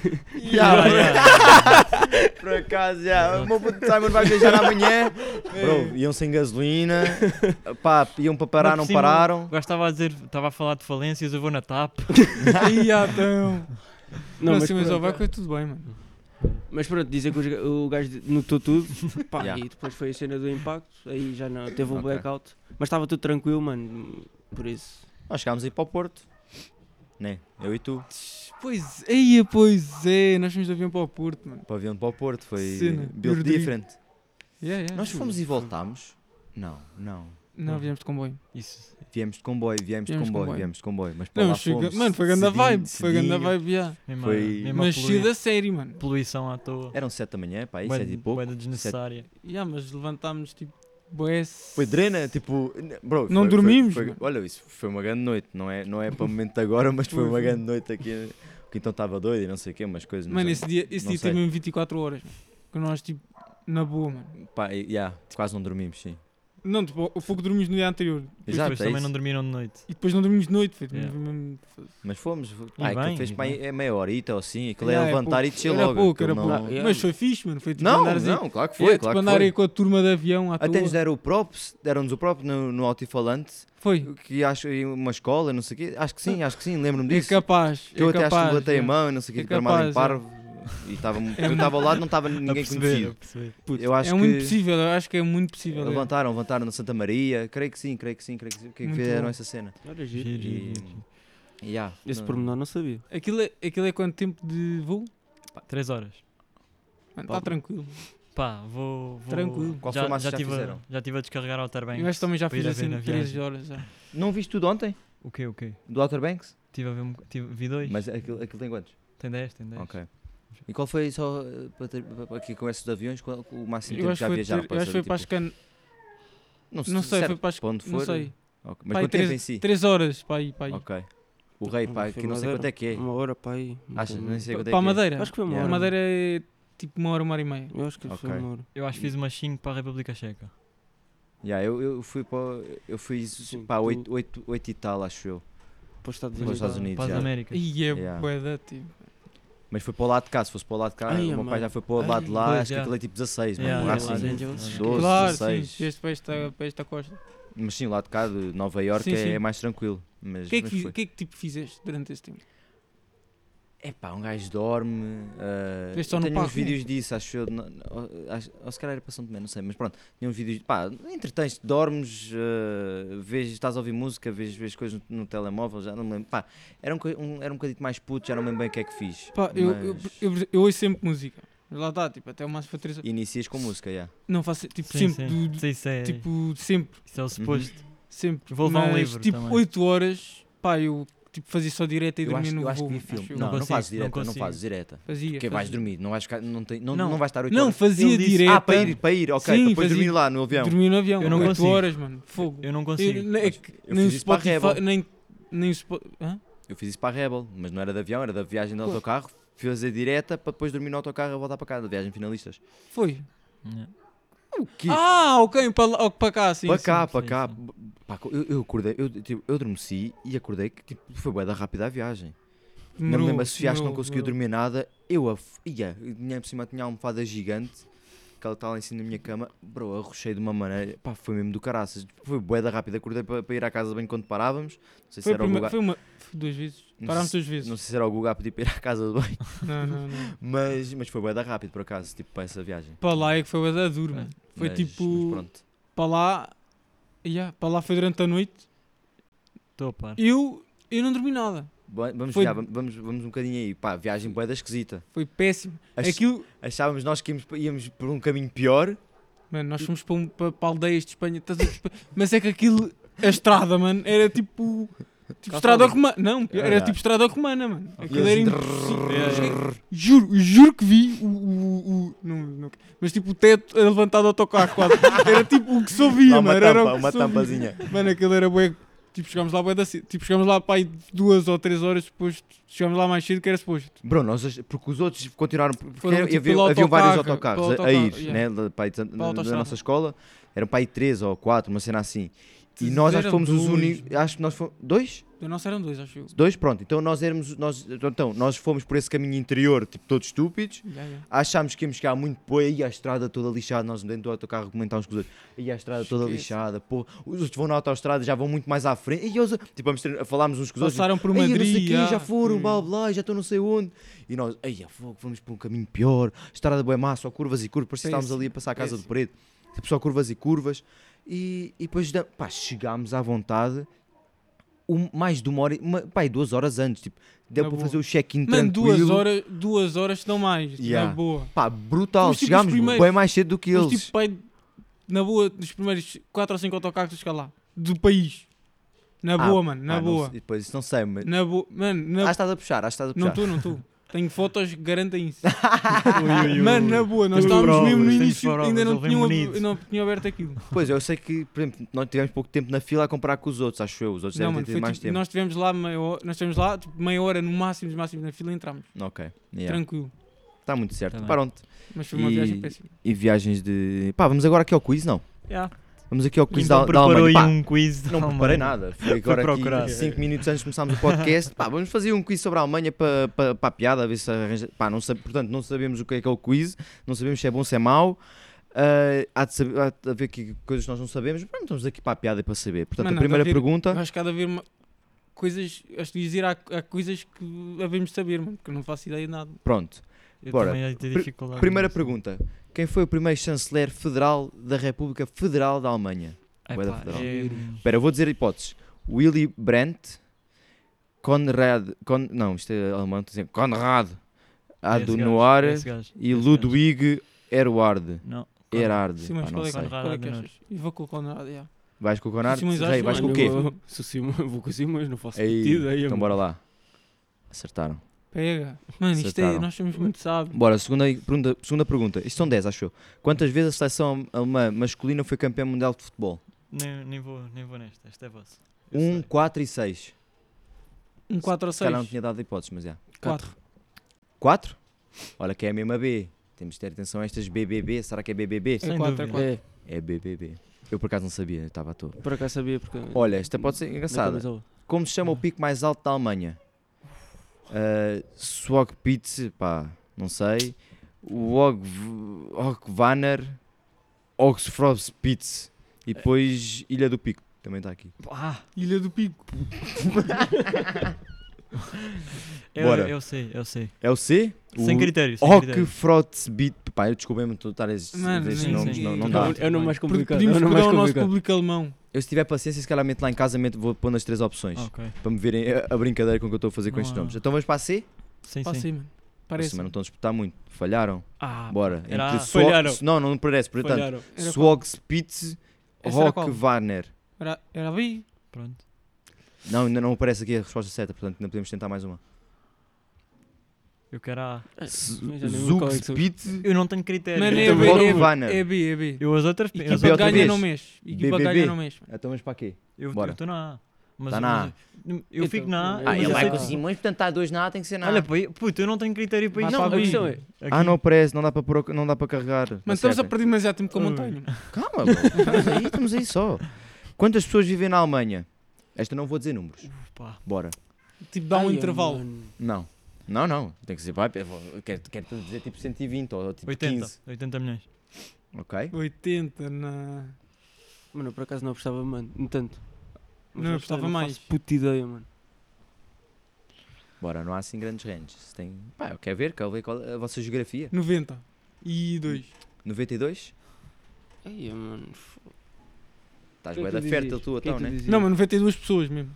Speaker 1: Por acaso, já. O meu puto Simon vai viajar amanhã. Bro, iam sem gasolina. Pá, iam para parar,
Speaker 3: Mas por
Speaker 1: não
Speaker 3: cima,
Speaker 1: pararam.
Speaker 3: O gajo estava a falar de falências, eu vou na TAP.
Speaker 2: Aí, então. Não, mas
Speaker 4: pronto,
Speaker 2: vai correr tudo bem, mano.
Speaker 4: mas pronto, dizer que o gajo notou tudo. Pá,
Speaker 1: Yeah.
Speaker 4: e depois foi a cena do impacto. Aí já não, teve um
Speaker 1: Ok.
Speaker 4: blackout. Mas estava tudo tranquilo, mano. Por isso.
Speaker 1: Nós chegámos a ir para o Porto. Né? Eu e tu.
Speaker 2: Pois é, nós fomos de avião para o Porto, mano.
Speaker 1: Para o avião para o Porto. Foi
Speaker 2: Cena,
Speaker 1: built
Speaker 2: Rodrigo.
Speaker 1: different.
Speaker 2: Yeah.
Speaker 1: Nós fomos e voltámos? Não.
Speaker 2: Não, viemos de comboio.
Speaker 3: Isso.
Speaker 1: Viemos de comboio. Mas para
Speaker 2: Não,
Speaker 1: lá
Speaker 2: mas foi,
Speaker 1: fomos.
Speaker 2: mano, foi grande vibe. Foi grande
Speaker 1: cedinho.
Speaker 2: vibe, já.
Speaker 3: Mesmo
Speaker 1: Foi-
Speaker 3: mesmo a
Speaker 2: Mas
Speaker 3: poluir.
Speaker 2: cheio da série, mano.
Speaker 3: Poluição à toa.
Speaker 1: Eram 7 da manhã, pá, aí
Speaker 3: Bué
Speaker 1: 7 e pouco.
Speaker 3: bué desnecessária.
Speaker 2: Yeah, mas levantámos tipo Bué.
Speaker 1: Foi drena, tipo, bro,
Speaker 2: Não
Speaker 1: foi-
Speaker 2: dormimos,
Speaker 1: foi-
Speaker 2: mano.
Speaker 1: olha, isso foi uma grande noite, não é para o momento de agora, mas foi
Speaker 2: Foi,
Speaker 1: uma
Speaker 2: foi.
Speaker 1: grande noite aqui. O Quintão estava doido e não sei o quê, umas coisas. não
Speaker 2: Mano,
Speaker 1: sei.
Speaker 2: esse dia
Speaker 1: não
Speaker 2: teve
Speaker 1: sei.
Speaker 2: mesmo 24 horas. Mano. Que nós, tipo, na boa, mano.
Speaker 1: Pá, quase não dormimos, sim.
Speaker 2: Não, tipo, o fogo dormimos no dia anterior.
Speaker 1: Exato,
Speaker 3: Depois
Speaker 1: é
Speaker 3: também
Speaker 1: isso.
Speaker 3: não dormiram de noite.
Speaker 2: E depois não dormimos de noite, feito.
Speaker 3: Yeah.
Speaker 1: Mas fomos.
Speaker 3: E
Speaker 1: Aquilo
Speaker 3: bem,
Speaker 1: fez
Speaker 3: e
Speaker 1: para aí
Speaker 3: bem.
Speaker 1: é meia horita ou assim. Aquilo é
Speaker 2: Yeah,
Speaker 1: levantar e
Speaker 2: pouco.
Speaker 1: descer
Speaker 2: Era
Speaker 1: logo.
Speaker 2: pouco,
Speaker 1: aquilo
Speaker 2: era
Speaker 1: não...
Speaker 2: pouco.
Speaker 4: Yeah.
Speaker 2: Mas foi fixe, mano. Foi tipo
Speaker 1: Não,
Speaker 2: andares aí.
Speaker 1: não, claro que foi.
Speaker 2: Yeah,
Speaker 1: claro
Speaker 2: tipo,
Speaker 1: que
Speaker 2: andar
Speaker 1: foi.
Speaker 2: aí com a turma de avião à
Speaker 1: Até
Speaker 2: toa.
Speaker 1: nos deram o props, deram-nos o props no altifalante,
Speaker 2: Foi.
Speaker 1: que acho em uma escola, não sei o quê. Acho que sim, lembro-me
Speaker 2: É
Speaker 1: disso.
Speaker 2: capaz.
Speaker 1: Que eu
Speaker 2: É
Speaker 1: até acho que
Speaker 2: capaz.
Speaker 1: levantei a
Speaker 2: yeah.
Speaker 1: mão e não sei o quê,
Speaker 2: É
Speaker 1: tipo, armado em
Speaker 2: capaz,
Speaker 1: parvo. E eu estava ao lado, não estava ninguém conhecido.
Speaker 2: Putz,
Speaker 1: Eu acho
Speaker 2: é muito
Speaker 1: que-
Speaker 2: possível, eu acho que é muito possível. é.
Speaker 1: Levantaram na Santa Maria, creio que sim, que
Speaker 2: Muito
Speaker 1: fizeram
Speaker 2: bom.
Speaker 1: essa cena.
Speaker 4: Olha, giro.
Speaker 1: E- Yeah,
Speaker 4: Esse
Speaker 1: não-
Speaker 4: pormenor não sabia.
Speaker 2: Aquilo é quanto tempo de voo?
Speaker 3: 3 horas.
Speaker 2: Mano, está tranquilo.
Speaker 3: Pá, vou.
Speaker 2: Tranquilo.
Speaker 1: Qual foi o máximo que já
Speaker 3: tive
Speaker 1: fizeram?
Speaker 3: já tive a descarregar Outer Banks.
Speaker 2: Eu acho que também já
Speaker 3: para ir
Speaker 2: fiz
Speaker 3: a ver
Speaker 2: assim
Speaker 3: na
Speaker 2: 3
Speaker 3: viagem.
Speaker 2: horas já.
Speaker 1: Não viste tudo ontem?
Speaker 3: O quê?
Speaker 1: Do Outer Banks?
Speaker 3: Tive a ver, vi 2.
Speaker 1: Mas aquilo tem quantos?
Speaker 3: Tem 10.
Speaker 1: Ok. E qual foi só para aqui com esses de aviões? Qual o máximo
Speaker 2: Eu
Speaker 1: tempo
Speaker 2: acho
Speaker 1: que já
Speaker 2: que foi,
Speaker 1: viajaram?
Speaker 2: eu acho que foi para as can... Não sei, foi para as...
Speaker 1: Para onde
Speaker 2: Não
Speaker 1: for.
Speaker 2: sei.
Speaker 1: Ok. Mas
Speaker 2: Pá, aí
Speaker 1: quanto tempo em si?
Speaker 2: 3 horas para aí.
Speaker 1: Ok. O rei, pá, que não sei quanto é que é.
Speaker 4: Uma hora para aí.
Speaker 1: Achas? Nem sei quanto é
Speaker 2: Para a
Speaker 1: que é.
Speaker 2: Madeira.
Speaker 4: Acho que foi uma
Speaker 1: Yeah.
Speaker 2: A
Speaker 4: hora.
Speaker 2: Madeira é tipo uma hora e meia.
Speaker 4: Eu acho que foi
Speaker 1: Ok.
Speaker 4: uma hora.
Speaker 3: Eu acho que fiz umas 5 para a República Checa.
Speaker 1: Yeah, eu fui para. Eu fui
Speaker 4: Sim,
Speaker 1: para
Speaker 4: tu-
Speaker 1: 8 e tal, acho eu.
Speaker 4: Para os Estados
Speaker 1: Para os
Speaker 4: Unidos.
Speaker 1: Estados Unidos,
Speaker 3: Para as
Speaker 1: já.
Speaker 3: Américas.
Speaker 2: E é
Speaker 1: Yeah.
Speaker 2: bué da tipo.
Speaker 1: Mas foi para o lado de cá, se fosse para o lado de cá,
Speaker 4: Ai,
Speaker 1: o meu
Speaker 4: mano.
Speaker 1: pai já foi para o lado de lá,
Speaker 3: Pois,
Speaker 1: acho que
Speaker 3: já.
Speaker 1: aquilo é tipo 16,
Speaker 3: Yeah,
Speaker 1: mano,
Speaker 3: yeah,
Speaker 1: assim,
Speaker 4: Los Angeles.
Speaker 1: 12,
Speaker 2: Claro,
Speaker 1: 16.
Speaker 2: sim. Este para esta costa.
Speaker 1: Mas sim, o lado de cá de Nova Iorque
Speaker 2: Sim,
Speaker 1: é
Speaker 2: sim.
Speaker 1: mais tranquilo. Mas,
Speaker 2: O que é
Speaker 1: mas
Speaker 2: que,
Speaker 1: foi.
Speaker 2: que é que tipo fizeste durante esse tempo?
Speaker 1: É pá, um gajo dorme.
Speaker 2: Vês só
Speaker 1: Eu
Speaker 2: no
Speaker 1: tenho uns
Speaker 2: parque, né?
Speaker 1: vídeos disso, acho eu. Ou se calhar era para São Tomé, não sei, mas pronto. Tinha uns vídeos. Pá, entretens-te, dormes, vês, estás a ouvir música, vês coisas no telemóvel, já não me lembro. Pá, era um bocadinho mais puto, já não me lembro bem o que é que fiz.
Speaker 2: Pá,
Speaker 1: mas
Speaker 2: eu ouço sempre música. Lá está, tipo, até o máximo foi 3 horas.
Speaker 1: inicias com música, já.
Speaker 2: Não faço, tipo,
Speaker 3: Sim,
Speaker 2: sempre.
Speaker 3: sim.
Speaker 2: do-
Speaker 3: Sim, isso é,
Speaker 2: tipo, sempre.
Speaker 3: isso é o suposto.
Speaker 2: Sempre.
Speaker 3: Vou levar um
Speaker 2: Mas,
Speaker 3: livro
Speaker 2: tipo,
Speaker 3: também.
Speaker 2: 8 horas, pá, eu tipo, fazia só direta e
Speaker 1: Eu
Speaker 2: dormia
Speaker 1: acho,
Speaker 2: no
Speaker 1: eu acho
Speaker 2: voo.
Speaker 1: que vi
Speaker 2: acho
Speaker 1: filme.
Speaker 2: eu.
Speaker 1: Não, não
Speaker 3: consigo,
Speaker 1: fazes
Speaker 3: não
Speaker 1: direta, não
Speaker 3: consigo.
Speaker 1: fazes direta.
Speaker 2: Fazia.
Speaker 1: Porque vais
Speaker 2: fazia.
Speaker 1: dormir, não vais ficar, não
Speaker 2: Não.
Speaker 1: vais estar 8
Speaker 2: Não,
Speaker 1: horas.
Speaker 2: fazia
Speaker 3: Ele disse-
Speaker 2: direta.
Speaker 1: Para ir, ok,
Speaker 2: Sim,
Speaker 1: para depois
Speaker 2: fazia.
Speaker 1: dormir lá no avião.
Speaker 2: Dormia no avião.
Speaker 3: Eu não
Speaker 2: 8
Speaker 3: consigo.
Speaker 2: horas, mano. Fogo.
Speaker 3: Eu não consigo.
Speaker 2: É que
Speaker 1: Eu
Speaker 2: nem o
Speaker 1: fiz isso para a
Speaker 2: Spotify,
Speaker 1: Rebel.
Speaker 2: nem o Spotify. Hã?
Speaker 1: Eu fiz isso para a Rebel, mas não era de avião, era da viagem de
Speaker 2: Pô.
Speaker 1: autocarro. Fui fazer direta para depois dormir no autocarro e voltar para casa, da viagem finalistas.
Speaker 2: Foi.
Speaker 3: Yeah.
Speaker 1: O quê?
Speaker 2: Ah, ok, para cá, sim.
Speaker 1: para
Speaker 2: sim.
Speaker 1: cá,
Speaker 3: sim,
Speaker 1: para cá.
Speaker 3: sim.
Speaker 1: Pá, eu acordei, eu adormeci e acordei que tipo, foi bué da rápida a viagem. Não me
Speaker 2: Demorou,
Speaker 1: lembro, a Sofia acho que não
Speaker 2: demorou,
Speaker 1: conseguiu
Speaker 2: demorou.
Speaker 1: dormir nada. Tinha por cima tinha uma almofada gigante, que ela está lá em cima da minha cama. Bro, arrochei de uma maneira, pá, foi mesmo do caraças. Foi bué da rápida, acordei para ir à casa bem quando parávamos. Não sei se
Speaker 2: Foi,
Speaker 1: era o Guga,
Speaker 2: foi 2 vezes.
Speaker 1: Não
Speaker 2: Parámos
Speaker 1: sei
Speaker 2: 2 vezes.
Speaker 1: não sei se era o Guga a pedir para ir à casa de bem,
Speaker 2: Não.
Speaker 1: mas foi bué da rápido por acaso, tipo, para essa viagem.
Speaker 2: Para lá é que foi a duro, mano. Foi
Speaker 1: Mas
Speaker 2: tipo.
Speaker 1: pronto.
Speaker 2: Para lá. Para lá foi durante a noite.
Speaker 3: Estou a par.
Speaker 2: Eu não dormi nada.
Speaker 1: Vamos,
Speaker 2: Foi-
Speaker 1: vamos um bocadinho aí. Pá, viagem bué da esquisita.
Speaker 2: Foi péssimo.
Speaker 1: Ach-
Speaker 2: Aquilo.
Speaker 1: Achávamos nós que íamos por um caminho pior.
Speaker 2: Mano, nós fomos para aldeias de Espanha. Estás a ver? Mas é que aquilo. A estrada, mano, era tipo. Tipo estrada romana. Não, era
Speaker 1: yeah.
Speaker 2: tipo estrada romana, mano. Aquilo
Speaker 1: E
Speaker 2: era
Speaker 1: assim,
Speaker 2: impossível. Juro que vi não, mas tipo o teto era levantado ao autocarro quase. Era tipo o que se ouvia,
Speaker 1: Lá
Speaker 2: mano. Era o que
Speaker 1: uma
Speaker 2: se ouvia.
Speaker 1: tampazinha.
Speaker 2: Mano, aquilo era bué. Tipo, chegámos lá bué da cedo. Tipo, chegámos lá para aí 2 ou 3 horas depois. Chegámos lá mais cedo que era suposto.
Speaker 1: Bro, porque os outros continuaram. Porque
Speaker 2: Foram, tipo,
Speaker 1: havia
Speaker 2: pelo
Speaker 1: vários
Speaker 2: autocarro,
Speaker 1: autocarros
Speaker 2: pelo
Speaker 1: a ir,
Speaker 2: autocarro, yeah.
Speaker 1: né? Da
Speaker 2: autoestrada.
Speaker 1: nossa escola. Eram para aí 3 ou 4, uma cena assim. E
Speaker 2: Eram
Speaker 1: nós acho que fomos os
Speaker 2: dois.
Speaker 1: únicos. Acho que nós fomos. 2?
Speaker 2: Da nossa eram 2, acho eu.
Speaker 1: 2, pronto. Então nós fomos por esse caminho interior, tipo, todos estúpidos. Achámos que íamos chegar muito, pô, aí a estrada toda lixada, nós dentro do autocarro comentámos com os outros, aí a estrada toda
Speaker 2: Esquece.
Speaker 1: lixada, pô, os outros vão na autoestrada, já vão muito mais à frente, e eles, tipo, falámos uns com os outros,
Speaker 2: Passaram por
Speaker 1: "Ei, eu não sei
Speaker 2: Madrid.
Speaker 1: quê, já foram, blá blá, já estou não sei onde, e nós, aí a fogo, vamos por um caminho pior, estrada boa massa, só curvas e curvas, parecia que estávamos ali a passar a casa do
Speaker 2: péssimo.
Speaker 1: Preto, tipo, só curvas e curvas, e depois, pá, chegámos à vontade, mais de uma hora, pá, 2 horas antes, tipo, deu
Speaker 2: Na
Speaker 1: para
Speaker 2: boa.
Speaker 1: fazer o check-in
Speaker 2: Mano,
Speaker 1: tranquilo.
Speaker 2: 2 horas se não mais. tipo,
Speaker 1: Yeah.
Speaker 2: Na boa.
Speaker 1: Pá, brutal,
Speaker 2: Fomos, tipo,
Speaker 1: chegámos
Speaker 2: os primeiros.
Speaker 1: bem mais cedo do que
Speaker 2: Mas
Speaker 1: eles.
Speaker 2: tipo, pai, na boa, dos primeiros 4 ou 5 autocarros a chegar lá. Do país. Na boa, mano. Na
Speaker 1: não
Speaker 2: boa.
Speaker 1: sei, depois isso não sei, mas.
Speaker 2: Na boa. Mano, na...
Speaker 1: Estás a puxar, estás a
Speaker 2: não
Speaker 1: puxar.
Speaker 2: estou. Tenho fotos que garantem isso.
Speaker 3: Ui, ui, ui.
Speaker 2: Mano, na boa, nós
Speaker 3: Temos
Speaker 2: estávamos
Speaker 3: provas,
Speaker 2: mesmo no
Speaker 3: temos
Speaker 2: início,
Speaker 3: provas,
Speaker 2: ainda
Speaker 3: ele
Speaker 2: não
Speaker 3: vem
Speaker 2: tinham,
Speaker 3: munido.
Speaker 2: não tinham aberto aquilo.
Speaker 1: Pois, eu sei que, por exemplo, nós tivemos pouco tempo na fila a comparar com os outros, acho eu. Os outros
Speaker 2: Não,
Speaker 1: devem
Speaker 2: mano,
Speaker 1: ter
Speaker 2: foi
Speaker 1: tido mais
Speaker 2: tipo,
Speaker 1: tempo.
Speaker 2: nós estivemos lá tipo, meia hora no máximo, dos máximos na fila e entramos.
Speaker 1: Ok, yeah.
Speaker 2: Tranquilo.
Speaker 1: Está muito certo.
Speaker 3: Tá bem.
Speaker 1: Pronto.
Speaker 2: Mas foi uma viagem péssima.
Speaker 1: E viagens de... Pá, vamos agora aqui ao quiz, não?
Speaker 3: Yeah.
Speaker 1: Vamos aqui ao quiz
Speaker 3: Então
Speaker 1: da
Speaker 3: preparou
Speaker 1: Alemanha.
Speaker 3: aí
Speaker 1: Pá,
Speaker 3: um quiz. da
Speaker 1: não
Speaker 3: Alemanha.
Speaker 1: preparei nada. Foi agora aqui
Speaker 3: procurar.
Speaker 1: 5 minutos antes de começarmos o podcast. Pá, vamos fazer um quiz sobre a Alemanha para a piada, a ver se arranja... Pá, portanto, não sabemos o que é o quiz, não sabemos se é bom, se é mau. Há de haver aqui coisas que nós não sabemos. Pronto, estamos aqui para a piada e para saber. Portanto,
Speaker 2: Mano,
Speaker 1: a primeira
Speaker 2: há de haver-
Speaker 1: pergunta...
Speaker 2: Eu acho que há de haver coisas, acho que dizer, há coisas que havemos de saber, mano, porque eu não faço ideia de nada.
Speaker 1: Pronto.
Speaker 3: Eu
Speaker 1: Bora.
Speaker 3: também ia ter dificuldade
Speaker 1: Primeira
Speaker 3: nisso.
Speaker 1: pergunta. Quem foi o primeiro chanceler federal da República Federal da Alemanha?
Speaker 3: Ai,
Speaker 1: Bué da
Speaker 3: pá,
Speaker 1: federal.
Speaker 3: é-
Speaker 1: Espera, eu vou dizer hipóteses. Willy Brandt, não, isto é alemão, estou a dizer Konrad Adenauer
Speaker 3: esse gajo,
Speaker 1: e
Speaker 3: esse
Speaker 1: Ludwig Erhard.
Speaker 3: Não.
Speaker 1: Erhard,
Speaker 2: Sim, mas
Speaker 1: pá, não
Speaker 2: qual é,
Speaker 1: sei.
Speaker 2: qual é que
Speaker 3: Conrad
Speaker 2: achas? Eu vou com o Conrad, já.
Speaker 1: Vais com o Konrad?
Speaker 2: Simões
Speaker 1: Rei,
Speaker 2: acho,
Speaker 1: vais com o
Speaker 4: Mano,
Speaker 1: quê?
Speaker 4: eu vou com o Simões, não faço
Speaker 1: Ei,
Speaker 4: ideia.
Speaker 1: então
Speaker 4: mano.
Speaker 1: bora lá. Acertaram.
Speaker 2: Pega. Mano, isto é,
Speaker 1: Acertaram.
Speaker 2: nós somos muito sábios.
Speaker 1: Bora, segunda pergunta. Isto são 10, acho eu. Quantas vezes a seleção alemã masculina foi campeã mundial de futebol?
Speaker 3: Nem vou nesta. Esta é vossa.
Speaker 1: 1, 4 e 6.
Speaker 2: 4 ou
Speaker 1: Se calhar não
Speaker 2: 6?
Speaker 1: tinha dado hipóteses, mas já.
Speaker 2: 4.
Speaker 1: 4? Olha que é a mesma B. Temos de ter atenção a estas BBB. Será que é BBB?
Speaker 3: Sem
Speaker 2: quatro,
Speaker 3: dúvida.
Speaker 2: é
Speaker 1: É BBB. Eu por acaso não sabia, eu estava à toa.
Speaker 4: Por acaso sabia porque.
Speaker 1: Olha, esta pode ser
Speaker 4: na
Speaker 1: engraçada.
Speaker 4: camisola.
Speaker 1: Como se chama o pico mais alto da Alemanha? Swagspitze, pá, não sei. Hochwanner, Oxfrostspitze. E depois Ilha do Pico, também está aqui.
Speaker 3: Ah,
Speaker 2: Ilha do Pico.
Speaker 1: Bora.
Speaker 3: eu sei.
Speaker 1: É o C?
Speaker 3: Sem
Speaker 1: O
Speaker 3: critério. Sem critério.
Speaker 1: Oxfrostspitze. Pá, eu desculpei-me de estar estes
Speaker 2: Mano,
Speaker 1: estes
Speaker 2: nem
Speaker 1: nomes,
Speaker 2: sei.
Speaker 1: não dá.
Speaker 4: É o nome mais complicado.
Speaker 2: Pedimos
Speaker 4: é o nome
Speaker 2: perdão
Speaker 4: mais
Speaker 2: ao nosso
Speaker 4: complicado.
Speaker 2: público alemão.
Speaker 1: Eu se tiver paciência, se calhar meto lá em casa, vou pôr nas 3 opções.
Speaker 3: Ok.
Speaker 1: Para me verem a brincadeira com que eu estou a fazer com
Speaker 3: Não
Speaker 1: estes
Speaker 3: há-
Speaker 1: nomes. Então vamos para a C?
Speaker 3: Sim,
Speaker 2: Pá,
Speaker 3: sim.
Speaker 2: sim, mano.
Speaker 1: Nossa,
Speaker 2: Parece.
Speaker 1: mas não estão a disputar muito. Falharam.
Speaker 3: Ah,
Speaker 1: Bora.
Speaker 3: era
Speaker 1: Entre
Speaker 3: A.
Speaker 4: Falharam.
Speaker 1: Não parece. Portanto,
Speaker 4: Falharam.
Speaker 2: Era
Speaker 1: Swagspitze,
Speaker 2: Essa era qual?
Speaker 1: Hochwanner.
Speaker 2: Era B.
Speaker 3: Pronto.
Speaker 1: Não, ainda não aparece aqui a resposta certa, portanto ainda podemos tentar mais uma.
Speaker 3: Eu quero A.
Speaker 4: Eu já nem lembro qual é que são.
Speaker 1: Zugspitze,
Speaker 3: Eu não tenho critério.
Speaker 2: Mano,
Speaker 1: Eu
Speaker 2: é
Speaker 1: também
Speaker 2: B,
Speaker 1: vou
Speaker 2: é
Speaker 1: com Vanner.
Speaker 2: B. É B, é B.
Speaker 3: Eu as outras.
Speaker 1: E
Speaker 3: as
Speaker 1: que
Speaker 2: Equipa
Speaker 1: outra
Speaker 2: ganha
Speaker 1: vez?
Speaker 2: no mês. Equipa
Speaker 1: BBB.
Speaker 2: ganha no mês.
Speaker 1: Então vamos para aqui.
Speaker 3: Eu
Speaker 1: Bora.
Speaker 3: estou na A. Mas,
Speaker 1: Tá na A.
Speaker 3: mas eu fico
Speaker 4: Então,
Speaker 3: na A.
Speaker 4: Ah,
Speaker 3: mas
Speaker 4: ele
Speaker 3: eu
Speaker 4: vai
Speaker 3: sei
Speaker 4: com
Speaker 3: que-
Speaker 4: o
Speaker 1: Simões, portanto está 2 na A, tem que ser na
Speaker 3: Olha, puto, eu não tenho critério para
Speaker 2: Vai
Speaker 3: isso.
Speaker 2: para
Speaker 4: Não, a
Speaker 2: B.
Speaker 4: questão é.
Speaker 1: Ah, não aparece, não dá para, não dá para carregar.
Speaker 2: Mano, estamos a
Speaker 1: Acertem.
Speaker 2: perder demasiado tempo com a
Speaker 3: Ui.
Speaker 2: montanha.
Speaker 1: Calma, bro. Estamos aí só. Quantas pessoas vivem na Alemanha? Esta não vou dizer números.
Speaker 3: Pá,
Speaker 1: Bora.
Speaker 2: Tipo, dá um
Speaker 4: Ai,
Speaker 2: intervalo.
Speaker 4: mano.
Speaker 1: Não. Tem que ser. Quero dizer tipo 120 ou tipo
Speaker 3: 80.
Speaker 1: 15.
Speaker 3: 80 milhões.
Speaker 1: Ok?
Speaker 2: 80 na...
Speaker 4: Mano, eu por acaso não apostava, mano. No tanto. Mas
Speaker 2: Não
Speaker 4: eu
Speaker 2: apostava
Speaker 4: não
Speaker 2: mais.
Speaker 4: faço puta ideia, mano.
Speaker 1: Bora, não há assim grandes ranges. Pá, eu quero ver qual é a vossa geografia.
Speaker 2: 90. E 2.
Speaker 1: 92?
Speaker 4: Ai, mano.
Speaker 1: Estás
Speaker 4: Quem
Speaker 1: bem
Speaker 4: tu
Speaker 1: da
Speaker 4: dizias?
Speaker 1: fértil tu,
Speaker 4: Quem
Speaker 1: então,
Speaker 4: tu
Speaker 1: né?
Speaker 4: dizias?
Speaker 2: Não, mas 92 pessoas mesmo.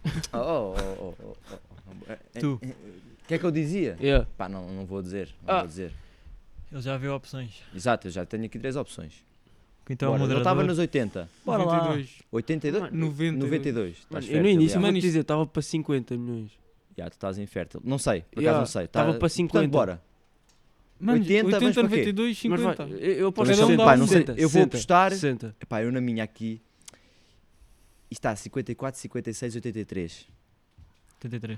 Speaker 3: Tu.
Speaker 1: O que é que eu dizia?
Speaker 4: Yeah.
Speaker 1: Pá, não vou dizer. Não
Speaker 4: Ah.
Speaker 1: vou dizer.
Speaker 3: Ele já viu opções.
Speaker 1: Exato, eu já tenho aqui 3 opções.
Speaker 3: Então o
Speaker 1: Bora, eu
Speaker 3: moderador.
Speaker 1: estava nos 80.
Speaker 3: Bora lá.
Speaker 2: 92.
Speaker 1: 82?
Speaker 4: Mano,
Speaker 2: 92.
Speaker 1: 92.
Speaker 4: Mano,
Speaker 1: Estás
Speaker 4: eu no
Speaker 1: fértil,
Speaker 4: início
Speaker 1: já.
Speaker 2: Mano,
Speaker 4: vou-te
Speaker 2: isto-
Speaker 4: dizer, estava para 50 milhões.
Speaker 1: Já, tu estás infértil. Não sei, por acaso
Speaker 4: Yeah,
Speaker 1: não sei.
Speaker 4: estava para
Speaker 1: Portanto,
Speaker 4: 50.
Speaker 1: bora.
Speaker 2: Mano,
Speaker 1: 80,
Speaker 2: 80,
Speaker 1: vamos para quê?
Speaker 2: 92,
Speaker 4: Mas
Speaker 2: 50.
Speaker 4: vai, eu aposto
Speaker 1: Mas
Speaker 2: cada um
Speaker 4: 60,
Speaker 2: dá
Speaker 1: pá, não sei,
Speaker 4: 60,
Speaker 1: eu vou
Speaker 4: 60,
Speaker 1: apostar-
Speaker 4: 60.
Speaker 1: Epá, eu na minha aqui. Isto está 54, 56, 83.
Speaker 3: 83.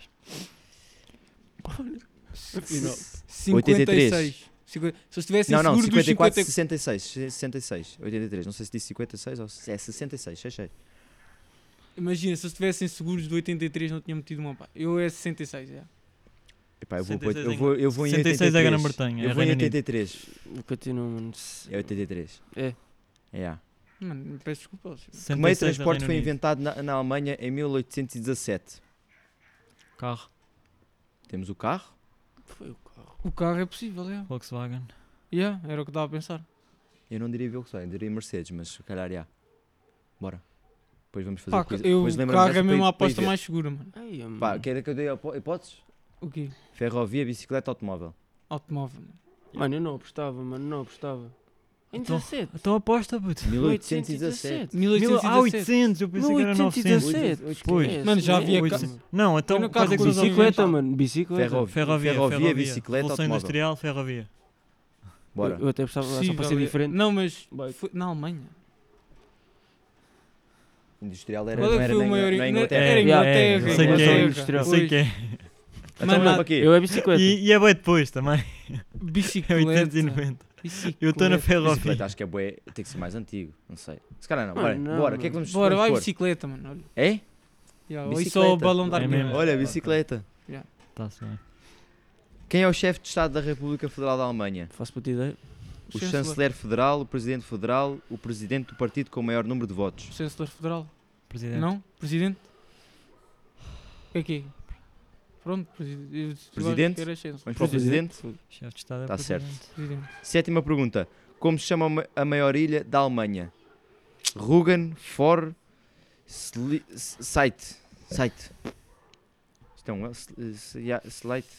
Speaker 4: Afinal.
Speaker 2: 56. Se eles estivessem
Speaker 1: Não,
Speaker 2: seguros dos
Speaker 1: 54,
Speaker 2: 50...
Speaker 1: 66. 66. 83. Não sei se disse 56 ou é 66. Achei.
Speaker 2: Imagina, se eles estivessem seguros do 83 não tinham metido uma pá. Eu é 66, já.
Speaker 1: Epá, eu vou em
Speaker 3: 66 é
Speaker 1: 83.
Speaker 3: Grã-Bretanha,
Speaker 1: Eu
Speaker 3: é
Speaker 1: vou em
Speaker 3: Reino Unido.
Speaker 1: 83.
Speaker 4: Continua, mano.
Speaker 1: É 83.
Speaker 4: É.
Speaker 1: É.
Speaker 2: Mano, peço desculpa.
Speaker 1: Que meio de
Speaker 3: 66 é
Speaker 1: transporte
Speaker 3: Reino
Speaker 1: foi
Speaker 3: Unido.
Speaker 1: inventado na Alemanha em 1817?
Speaker 3: Carro.
Speaker 1: Temos o carro.
Speaker 4: Foi o carro.
Speaker 2: O carro é possível, é.
Speaker 3: Volkswagen.
Speaker 2: Yeah, era o que estava a pensar.
Speaker 1: Eu não diria Volkswagen, diria Mercedes, mas se calhar já. Bora. Depois vamos fazer
Speaker 2: Pá,
Speaker 1: o quiz.
Speaker 2: o
Speaker 1: Depois lembramos
Speaker 2: carro
Speaker 1: dessa
Speaker 2: é mesmo
Speaker 1: para
Speaker 2: a
Speaker 1: ir- para ir
Speaker 2: aposta
Speaker 1: ver.
Speaker 2: mais segura, mano.
Speaker 4: Ai, mano.
Speaker 1: Pá, quer que eu dê hipóteses?
Speaker 2: O quê?
Speaker 1: Ferrovia, bicicleta, automóvel.
Speaker 2: Automóvel, mano.
Speaker 4: Mano, eu não apostava, mano. Não apostava. Em 17.
Speaker 3: Então aposta, puto.
Speaker 1: 1817.
Speaker 3: 800, eu pensei que era 900.
Speaker 4: 1817.
Speaker 3: Pois.
Speaker 2: Mano, já havia...
Speaker 3: Não, então
Speaker 2: Foi no
Speaker 3: quais é que
Speaker 2: carro
Speaker 3: são
Speaker 2: com
Speaker 3: as
Speaker 2: bicicleta,
Speaker 3: opções?
Speaker 4: Mano. Bicicleta.
Speaker 3: Ferrovia,
Speaker 1: bicicleta,
Speaker 3: Revolução
Speaker 1: automóvel.
Speaker 3: Industrial, ferrovia.
Speaker 1: Bora.
Speaker 4: Eu até pensava só para ser
Speaker 2: Possível,
Speaker 4: diferente.
Speaker 2: Não, mas
Speaker 4: Vai.
Speaker 2: foi na Alemanha.
Speaker 1: Industrial era,
Speaker 2: Qual é
Speaker 1: não
Speaker 2: que
Speaker 1: era
Speaker 2: foi o
Speaker 1: na
Speaker 2: maior...
Speaker 1: na Inglaterra.
Speaker 2: Era Inglaterra.
Speaker 3: eu sei que é,
Speaker 4: Industrial.
Speaker 3: eu sei que é.
Speaker 1: Então
Speaker 2: Mano,
Speaker 1: vamos aqui.
Speaker 4: Eu é bicicleta.
Speaker 3: E é bem depois também, é
Speaker 2: Bicicleta.
Speaker 3: 890. Eu estou na
Speaker 2: Bicicleta.
Speaker 3: ferrovia.
Speaker 1: Bicicleta, acho que é bué, tem que ser mais antigo, não sei. Se calhar não,
Speaker 4: Mano,
Speaker 1: bora,
Speaker 4: não,
Speaker 1: bora, o
Speaker 4: mano.
Speaker 1: que é que vamos
Speaker 2: Bora, vai
Speaker 1: pôr?
Speaker 2: bicicleta, mano. Olha.
Speaker 1: É?
Speaker 2: Yeah, e
Speaker 1: Bicicleta.
Speaker 2: só o balão dar
Speaker 3: É
Speaker 2: dinheiro.
Speaker 3: mesmo.
Speaker 1: Olha, bicicleta.
Speaker 3: Tá-se bem.
Speaker 1: Quem é o chefe de Estado da República Federal da Alemanha?
Speaker 4: Faço puta ideia.
Speaker 1: O chanceler federal, o presidente federal, o presidente do partido com o maior número de votos.
Speaker 2: O chanceler federal.
Speaker 3: Presidente.
Speaker 2: Não? Presidente? O que é que é? Pronto,
Speaker 1: Presidente? Vamos para o presidente?
Speaker 3: Chefe de Estado é
Speaker 1: Tá
Speaker 3: presidente.
Speaker 2: Presidente.
Speaker 1: Sétima pergunta. Como se chama a maior ilha da Alemanha? Rügen, For, Site. Isto é um Slite.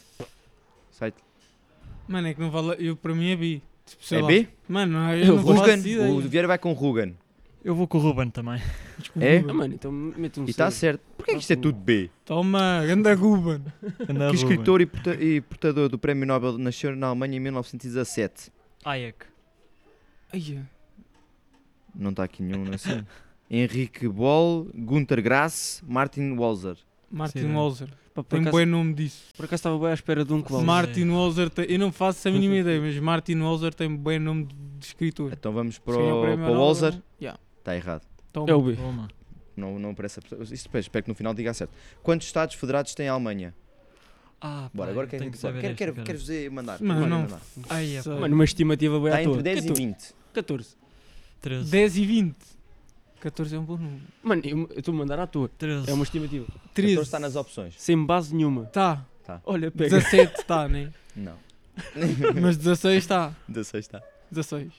Speaker 2: Mano, é que não vale. Eu, para mim é B. Tipo, sei
Speaker 1: É
Speaker 2: lá.
Speaker 1: B?
Speaker 2: Mano, não, eu não faço
Speaker 1: Rügen.
Speaker 2: ideia.
Speaker 1: O Vieira vai com Rügen.
Speaker 3: Eu vou com o Ruben também.
Speaker 2: Desculpa.
Speaker 1: É?
Speaker 4: Ah, mano, então mete um
Speaker 1: E está
Speaker 4: C.
Speaker 1: certo. Porquê que isto é tudo B?
Speaker 2: Toma, ganda Ruben.
Speaker 3: Anda
Speaker 1: Que
Speaker 3: Ruben.
Speaker 1: escritor e portador do Prémio Nobel nasceu na Alemanha em 1917?
Speaker 3: Hayek.
Speaker 2: Ai,
Speaker 1: Não está aqui nenhum assim. Henrique Boll, Günter Grass, Martin Walser.
Speaker 2: Martin
Speaker 3: Sim,
Speaker 2: Walser.
Speaker 4: Pá, por
Speaker 2: Tem um
Speaker 4: acaso-
Speaker 2: bom nome disso.
Speaker 4: Por acaso estava bem à espera de um que
Speaker 3: Walser.
Speaker 2: Martin Walser tem... Eu não faço a mínima ideia, mas Martin Walser tem um bom nome de escritor.
Speaker 1: Então vamos para
Speaker 2: Se ganhar
Speaker 1: o,
Speaker 2: prémio
Speaker 1: para o
Speaker 2: Nobel,
Speaker 1: Walser.
Speaker 2: yeah.
Speaker 1: Está errado.
Speaker 2: Toma.
Speaker 4: É o B.
Speaker 3: Toma.
Speaker 1: Não parece a pessoa. Isto depois, espero que no final diga certo. Quantos Estados Federados tem a Alemanha?
Speaker 3: Ah,
Speaker 1: Bora,
Speaker 3: pá,
Speaker 1: agora
Speaker 3: eu
Speaker 1: quero
Speaker 3: tenho que saber esta, cara.
Speaker 1: quero-vos mandar.
Speaker 2: Mano,
Speaker 1: Quero
Speaker 2: não.
Speaker 1: mandar.
Speaker 3: Ai, é, pá.
Speaker 2: Sei.
Speaker 4: Mano, uma estimativa bem
Speaker 1: Está
Speaker 4: à
Speaker 1: entre
Speaker 4: toa.
Speaker 1: 10 e
Speaker 4: 14.
Speaker 1: 20.
Speaker 4: 14.
Speaker 3: 13.
Speaker 2: 10 e 20. 14 é um bom número.
Speaker 4: Mano, eu estou a mandar à toa.
Speaker 3: 13.
Speaker 4: É uma estimativa.
Speaker 2: 13.
Speaker 1: Então está nas opções.
Speaker 4: Sem base nenhuma.
Speaker 2: Tá.
Speaker 4: Olha, pega.
Speaker 2: 17 está, né?
Speaker 1: Não.
Speaker 2: Mas 16 está.
Speaker 1: 16 está.
Speaker 2: 16.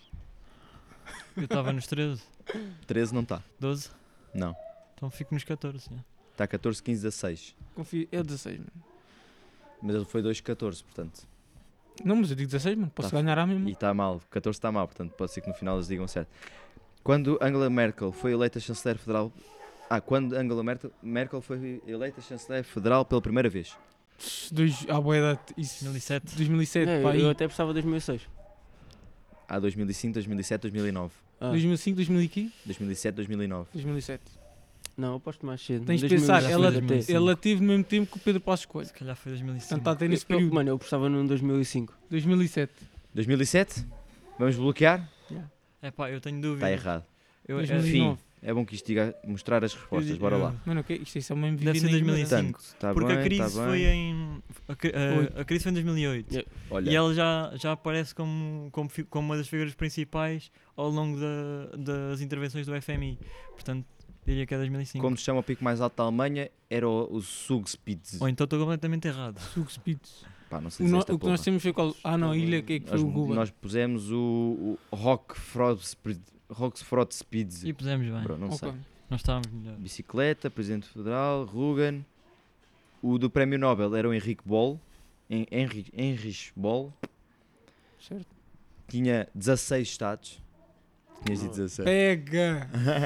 Speaker 3: Eu estava nos 13.
Speaker 1: 13 não está.
Speaker 3: 12.
Speaker 1: Não.
Speaker 3: Então fico nos 14. já.
Speaker 1: Está 14, 15, 16.
Speaker 2: Confio. É 16, mano.
Speaker 1: Mas ele foi 2, 14, portanto.
Speaker 2: Não, mas eu digo 16, mano. Posso
Speaker 1: Tá.
Speaker 2: ganhar à
Speaker 1: E
Speaker 2: mesma.
Speaker 1: está mal. 14 está mal, portanto pode ser que no final eles digam certo. Quando Angela Merkel foi eleita chanceler federal. Quando Angela Merkel foi eleita chanceler federal pela primeira vez.
Speaker 2: Boeda. Isso.
Speaker 3: 2007.
Speaker 2: 2007,
Speaker 4: É,
Speaker 2: pá.
Speaker 4: eu
Speaker 2: aí.
Speaker 4: até precisava de 2006.
Speaker 1: 2005, 2007, 2009.
Speaker 2: 2005, 2015?
Speaker 1: 2007, 2009.
Speaker 2: 2007.
Speaker 4: Não, aposto mais cedo.
Speaker 2: Tens de
Speaker 4: 2006
Speaker 2: pensar,
Speaker 4: já
Speaker 2: ela,
Speaker 4: foi até.
Speaker 2: ela teve no mesmo tempo que o Pedro Passos Coelho.
Speaker 3: Se calhar foi 2005.
Speaker 2: Portanto, está a ter nesse
Speaker 4: Eu-
Speaker 2: período.
Speaker 4: Mano, eu apostava num 2005.
Speaker 2: 2007.
Speaker 1: 2007? Vamos bloquear?
Speaker 3: É pá, eu tenho dúvida.
Speaker 1: Está errado.
Speaker 3: Eu,
Speaker 2: 2009.
Speaker 1: Fim. É bom que isto diga mostrar as respostas. Bora lá.
Speaker 2: Mano, ok, isto é uma
Speaker 3: Deve ser
Speaker 2: MVB
Speaker 3: 2005.
Speaker 1: Portanto, está
Speaker 3: Porque
Speaker 1: bem,
Speaker 3: a crise
Speaker 1: está bem.
Speaker 3: foi em. A crise foi em 2008.
Speaker 4: Yeah.
Speaker 1: Olha,
Speaker 3: E ela já aparece como uma das figuras principais ao longo das intervenções do FMI. Portanto, diria que é 2005.
Speaker 1: como se chama o pico mais alto da Alemanha, era o Zugspitze.
Speaker 3: Ou então estou completamente errado.
Speaker 2: Sucspitz.
Speaker 1: Pá, não sei
Speaker 2: O,
Speaker 1: dizer
Speaker 2: no-
Speaker 1: esta
Speaker 2: o que nós
Speaker 1: porra.
Speaker 2: temos foi qual? Ah, não, a ilha que é que foi
Speaker 1: Nós,
Speaker 2: o Google.
Speaker 1: nós pusemos o Rockfrotspitze.
Speaker 3: E pusemos bem.
Speaker 1: Bro, não
Speaker 2: Ok.
Speaker 1: sei.
Speaker 3: Nós estávamos melhor.
Speaker 1: Bicicleta, Presidente Federal, Rügen. O do Prémio Nobel era o Henrique Boll. Heinrich Boll.
Speaker 2: Certo.
Speaker 1: Tinha 16 estados. Tinhas dito 17.
Speaker 2: Pega!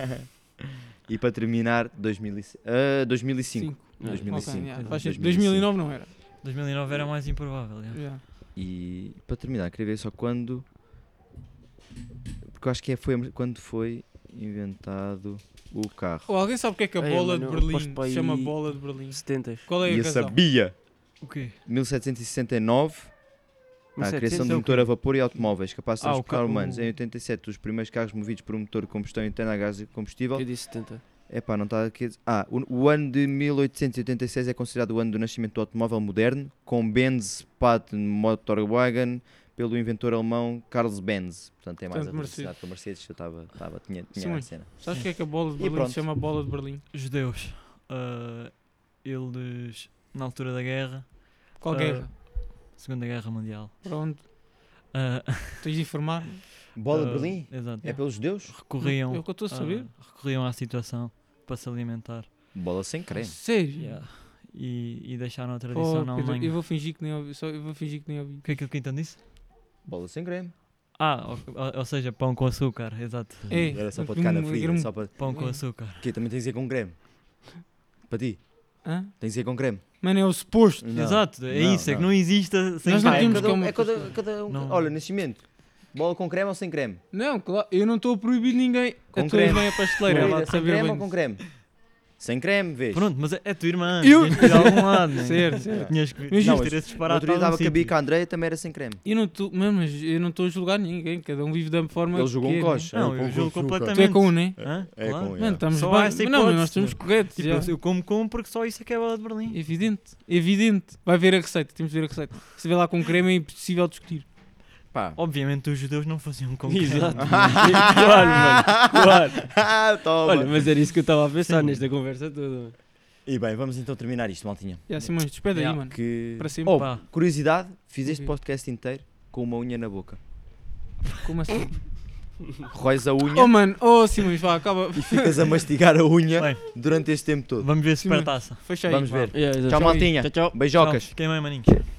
Speaker 1: E para terminar, 2005.
Speaker 2: 5.
Speaker 1: 2005.
Speaker 2: Ok, yeah, faz sentido.
Speaker 1: 2005.
Speaker 2: 2009 não era.
Speaker 3: 2009 era mais improvável. já.
Speaker 2: Yeah.
Speaker 1: E para terminar, queria ver só quando. Porque eu acho que foi quando foi inventado o carro.
Speaker 2: Ou alguém sabe o que é que a
Speaker 4: Ei,
Speaker 2: bola
Speaker 4: mano,
Speaker 2: de
Speaker 4: eu aposto
Speaker 2: Berlim
Speaker 4: para
Speaker 2: se chama
Speaker 4: aí
Speaker 2: bola de Berlim?
Speaker 4: 70.
Speaker 2: Qual é a
Speaker 1: E eu
Speaker 2: razão?
Speaker 1: sabia!
Speaker 3: O quê?
Speaker 1: 1769. A criação de motor a vapor e automóveis capazes de
Speaker 3: o
Speaker 1: transportar
Speaker 3: ca-
Speaker 1: humanos.
Speaker 3: o-
Speaker 1: Em 87, os primeiros carros movidos por um motor de combustão interna a gás e combustível.
Speaker 4: Eu disse 70.
Speaker 1: Epá, não está aqui. O ano de 1886 é considerado o ano do nascimento do automóvel moderno, com Benz Patent Motorwagen pelo inventor alemão Carl Benz. Portanto, é mais
Speaker 2: Portanto,
Speaker 1: a relacionado com a Mercedes. Eu tinha
Speaker 2: Sim.
Speaker 1: a cena.
Speaker 2: Sabes o que é que a bola de
Speaker 1: E
Speaker 2: Berlim
Speaker 1: pronto.
Speaker 2: se chama bola de Berlim?
Speaker 3: Judeus. Eles, na altura da guerra,
Speaker 2: Qual
Speaker 3: Ah,
Speaker 2: guerra?
Speaker 3: Segunda Guerra Mundial,
Speaker 2: Pronto,
Speaker 3: ah,
Speaker 2: tens de informar.
Speaker 1: Bola de
Speaker 3: ah,
Speaker 1: Berlim?
Speaker 3: Exato.
Speaker 1: É pelos judeus?
Speaker 3: Recorriam,
Speaker 2: É o que eu estou a saber.
Speaker 3: recorriam à situação para se alimentar.
Speaker 1: Bola sem creme.
Speaker 2: Sério?
Speaker 3: E deixaram a
Speaker 2: Oh,
Speaker 3: tradição na
Speaker 2: Pedro,
Speaker 3: Alemanha.
Speaker 2: eu vou fingir que nem ouvi. Eu vou fingir que nem ouvi.
Speaker 3: O que é que o Quintan disse?
Speaker 1: Bola sem creme.
Speaker 3: Ou seja, pão com açúcar, exato.
Speaker 2: É,
Speaker 1: Era só para tocar na ferida,
Speaker 2: um-
Speaker 1: só para...
Speaker 3: Pão com
Speaker 2: É.
Speaker 3: açúcar.
Speaker 1: Que também tem que ser com creme. Para ti,
Speaker 2: Hã?
Speaker 1: tem que ser com creme.
Speaker 2: Mano, é o suposto.
Speaker 1: Não.
Speaker 3: Exato, é
Speaker 1: Não,
Speaker 3: isso, é que
Speaker 1: não.
Speaker 3: não exista sem
Speaker 2: Nós não
Speaker 1: Pá,
Speaker 3: creme.
Speaker 2: temos
Speaker 1: é
Speaker 2: como-
Speaker 1: cada um.
Speaker 3: Não.
Speaker 1: Olha, nascimento. Bola com creme ou sem creme?
Speaker 2: Não, claro, eu não estou a proibir ninguém.
Speaker 1: Com
Speaker 2: A tua
Speaker 1: creme.
Speaker 2: irmã é pasteleira,
Speaker 1: Corrida
Speaker 2: ela de
Speaker 1: sem
Speaker 2: saber
Speaker 1: creme
Speaker 2: bem.
Speaker 1: ou com creme? Sem creme, vês?
Speaker 3: Pronto, mas é a tua irmã.
Speaker 2: Eu-
Speaker 3: Tinhas que ir a algum lado, né?
Speaker 2: Certo, certo.
Speaker 3: Tinhas que
Speaker 2: Mas
Speaker 3: tinhas
Speaker 1: não,
Speaker 3: que
Speaker 1: mas
Speaker 3: ter esse
Speaker 1: No
Speaker 3: disparate.
Speaker 1: outro dia
Speaker 3: a algum
Speaker 1: estava com a
Speaker 3: sítio.
Speaker 1: bica a Andreia, também era sem creme.
Speaker 2: Eu não estou, mas eu não estou a julgar ninguém, cada um vive da forma
Speaker 1: Ele jogou
Speaker 2: que
Speaker 1: um
Speaker 2: é,
Speaker 1: coche.
Speaker 3: Não,
Speaker 1: é,
Speaker 3: eu
Speaker 1: com
Speaker 3: julgo
Speaker 1: açúcar.
Speaker 3: completamente.
Speaker 2: Tu é com um, né?
Speaker 3: Hã?
Speaker 1: É
Speaker 3: Claro.
Speaker 1: com
Speaker 2: Mano, estamos
Speaker 3: Só
Speaker 2: bem.
Speaker 3: há essa
Speaker 2: Não, mas nós
Speaker 3: hipótese.
Speaker 2: estamos corretos.
Speaker 3: Tipo,
Speaker 2: já.
Speaker 3: eu como porque só isso é que é bola de Berlim.
Speaker 2: Evidente, evidente. Vai ver a receita, temos de ver a receita. Se vê lá com creme é impossível discutir.
Speaker 1: Pá.
Speaker 3: Obviamente os judeus não faziam com
Speaker 4: Exato.
Speaker 3: creme.
Speaker 4: Claro, mano. Claro.
Speaker 1: Toma.
Speaker 4: Olha, mas era isso que eu estava a pensar
Speaker 3: Sim.
Speaker 4: nesta conversa toda.
Speaker 1: E bem, vamos então terminar isto, maltinha.
Speaker 2: E assim, mas despede aí,
Speaker 3: Yeah.
Speaker 2: mano.
Speaker 1: Que...
Speaker 2: Para sempre.
Speaker 1: Oh,
Speaker 3: Pá.
Speaker 1: curiosidade, fiz este
Speaker 2: Ok.
Speaker 1: podcast inteiro com uma unha na boca.
Speaker 2: Como assim?
Speaker 1: Róis a unha
Speaker 2: Oh, mano, oh, Simões, vá, acaba.
Speaker 1: e ficas a mastigar a unha
Speaker 3: Bem.
Speaker 1: durante este tempo todo.
Speaker 3: Vamos ver
Speaker 2: Sim, mano.
Speaker 3: supertaça.
Speaker 2: Fecha aí.
Speaker 1: Vamos
Speaker 2: vá.
Speaker 1: ver. Tchau,
Speaker 4: Tchau,
Speaker 1: maltinha.
Speaker 4: tchau.
Speaker 1: Beijocas.
Speaker 3: Tchau, fiquem bem, maninhos.